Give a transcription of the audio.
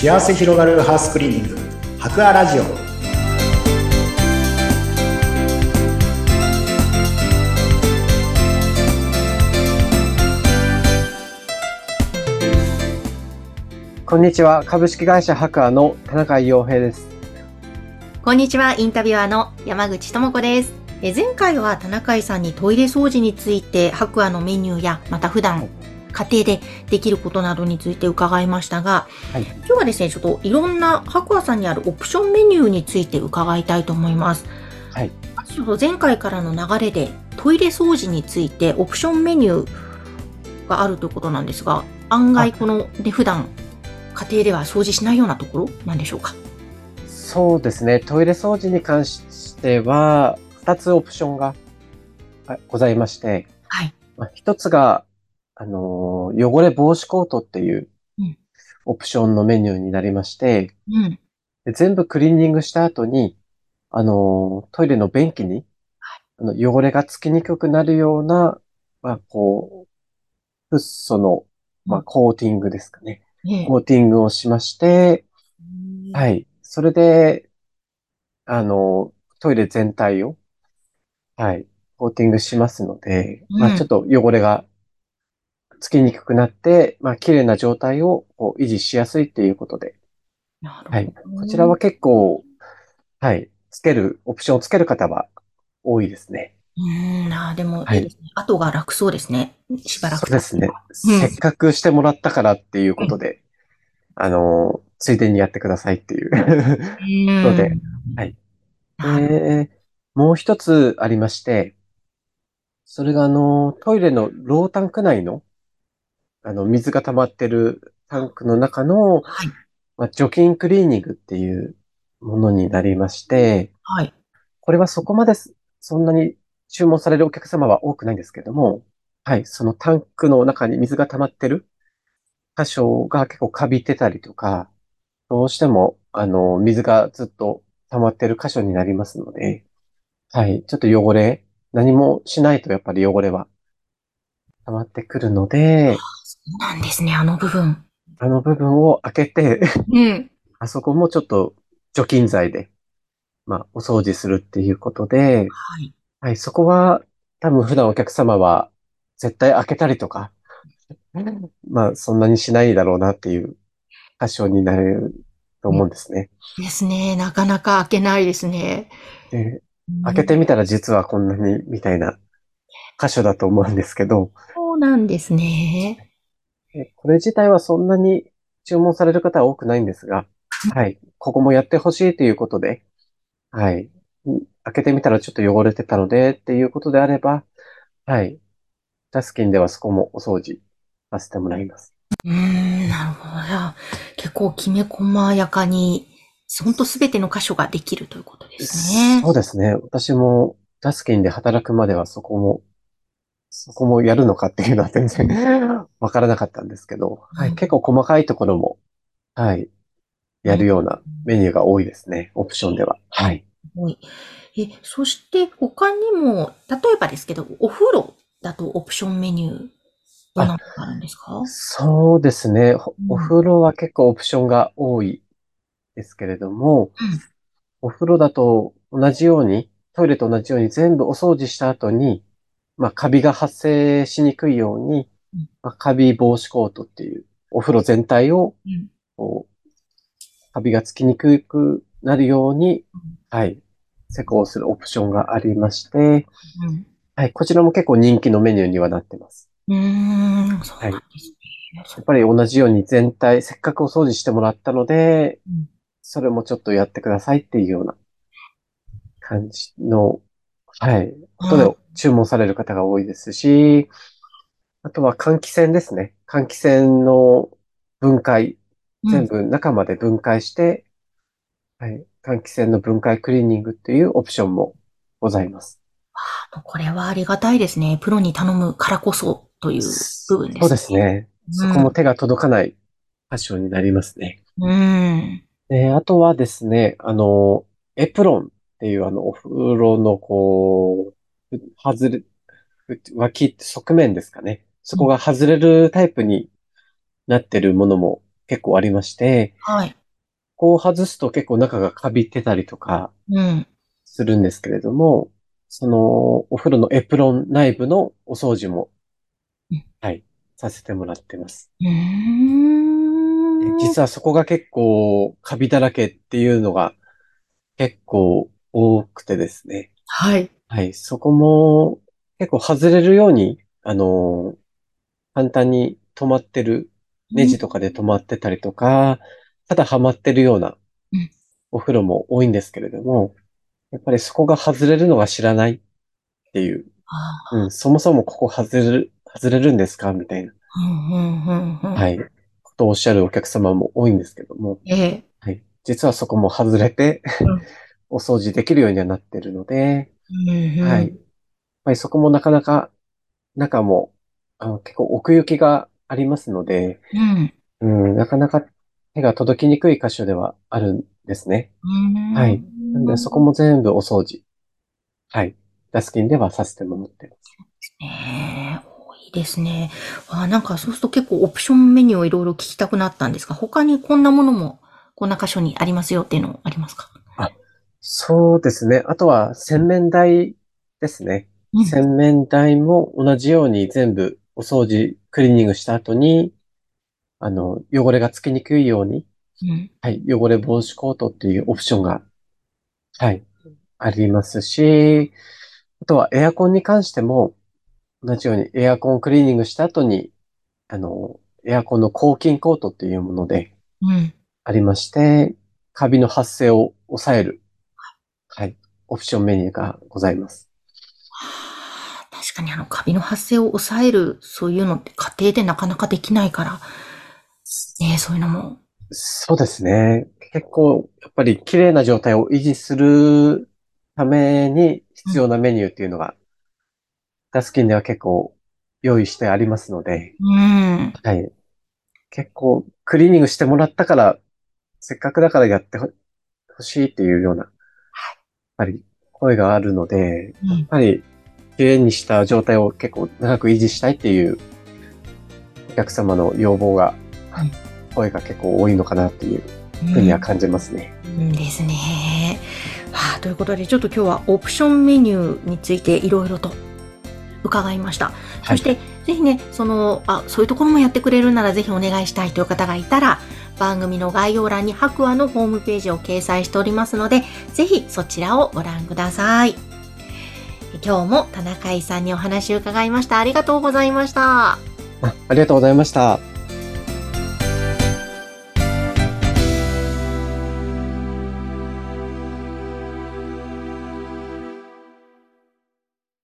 幸せ広がるハウスクリーニング、博アラジオ。 こんにちは。株式会社博アの田中洋平です。 こんにちは。インタビュアーの山口智子です。前回は田中さんにトイレ掃除について博アのメニューやまた普段家庭でできることなどについて伺いましたが、今日はですね、ちょっといろんな博アさんにあるオプションメニューについて伺いたいと思います。まずちょっと前回からの流れでトイレ掃除についてオプションメニューがあるということなんですが、案外この普段家庭では掃除しないようなところなんでしょうか？ そうですね。トイレ掃除に関しては、2つオプションがございまして、1つが、汚れ防止コートっていうオプションのメニューになりまして、で全部クリーニングした後に、トイレの便器に、汚れがつきにくくなるような、フッ素の、コーティングですかね。コーティングをしまして、それで、トイレ全体を、コーティングしますので、ちょっと汚れがつきにくくなって、綺麗な状態を維持しやすいっていうことで、こちらは結構、オプションをつける方は多いですね。 でもいいですね。後が楽そうですね。しばらくそうですね。 経ってば。 せっかくしてもらったからっていうことで、ついでにやってくださいっていうので、はい。で、もう一つありまして、それがトイレのロータンク内の、水が溜まってるタンクの中の、除菌クリーニングっていうものになりまして、これはそこまでそんなに注文されるお客様は多くないんですけども、そのタンクの中に水が溜まってる箇所が結構カビてたりとか、どうしても、水がずっと溜まってる箇所になりますので、ちょっと汚れ、何もしないとやっぱり汚れは溜まってくるので、 そうなんですね、あの部分。 あの部分を開けてあそこもちょっと除菌剤で、お掃除するっていうことで、そこは多分普段お客様は絶対開けたりとか、そんなにしないだろうなっていう箇所になると思うんですね。 ですね。なかなか開けないですね。 で、開けてみたら実はこんなにみたいな箇所だと思うんですけど、 そうなんですね。 これ自体はそんなに注文される方は多くないんですが、ここもやってほしいということで、開けてみたらちょっと汚れてたのでっていうことであれば、ダスキンではそこもお掃除させてもらいます。 なるほど。結構きめ細やかに、ほんとすべての箇所ができるということですね。 そうですね。私もダスキンで働くまではそこもやるのかっていうのは全然わからなかったんですけど、結構細かいところも、やるようなメニューが多いですね。オプションでは。 そして他にも、例えばですけど、お風呂だとオプションメニュー、どんなのがあるんですか？ そうですね。お風呂は結構オプションが多いですけれども、お風呂だと同じように、トイレと同じように全部お掃除した後に、カビが発生しにくいように、カビ防止コートっていう、お風呂全体を、こうカビがつきにくくなるように、施工するオプションがありまして、こちらも結構人気のメニューにはなってます。 そうなんですね。 やっぱり同じように全体、せっかくお掃除してもらったので、それもちょっとやってくださいっていうような感じの、ことで注文される方が多いですし、あとは換気扇ですね。換気扇の分解、全部中まで分解して、換気扇の分解クリーニングっていうオプションもございます。 これはありがたいですね。プロに頼むからこそという部分でそうですすね。そこも手が届かない箇所になりますね。あとはですね、エプロンっていうお風呂の外れ、脇、側面ですかね。そこが外れるタイプになってるものも結構ありまして、 はい。 こう外すと結構中がカビてたりとかうん。 するんですけれども、そのお風呂のエプロン内部のお掃除も、はい、させてもらってます。 うーん。 実はそこが結構カビだらけっていうのが結構多くてですね。 はい。 はい、そこも結構外れるように、簡単に止まってる、ネうん。 ジとかで止まってたりとか、ただはまってるようなうん。 お風呂も多いんですけれども、やっぱりそこが外れるのが知らないっていう、 あうん、そもそもここ外れるんですかみたいな、 あ、うん、うん、うん、うん。 はい、ことをおっしゃるお客様も多いんですけども、 ええ。 はい、実はそこも外れてうん。 お掃除できるようにはなってるので、 うん、 はい、やっうん。 ぱりそこもなかなか中も結構奥行きがありますので、 うん。 うん、なかなか手が届きにくい箇所ではあるんですね。 うーはい。なんでそこん。 も全部お掃除。はい。ダスキンではさせてもらってます。 ねえ、多いですね。なんかそうすると結構オプションメニューをいろいろ聞きたくなったんですが、他にこんなものも、こんな箇所にありますよっていうのありますか？ あ、そうですね。あとは洗面台ですね。 うん。 洗面台も同じように全部お掃除、クリーニングした後に、汚れがつきにくいように、 うん。 はい、汚れ防止コートっていうオプションが、はい、ありますし、あとはエアコンに関しても、同じようにエアコンクリーニングした後に、エアコンの抗菌コートっていうものでうん。 ありまして、カビの発生を抑える、はい、オプションメニューがございます。 確かにカビの発生を抑える、そういうのって家庭でなかなかできないから、ねえ、そういうのも。 そうですね。結構、やっぱり綺麗な状態を維持するためにうん。 必要なメニューっていうのが、ダスキンでは結構用意してありますので、 うん。 はい。結構、クリーニングしてもらったから、せっかくだからやってほしいっていうような、やっぱり声があるので、 うん。 やっぱり綺麗にした状態を結構長く維持したいっていうお客様の要望が、声が結構多いのかなっていうふうには感じますね。 うんですね。ということで、ちょっと今日はオプションメニューについていろいろと伺いました。 はい。 そして、ぜひね、そういうところもやってくれるならぜひお願いしたいという方がいたら、番組の概要欄に白亜のホームページを掲載しておりますので、ぜひそちらをご覧ください。今日も田中井さんにお話を伺いました。ありがとうございました。 ありがとうございました。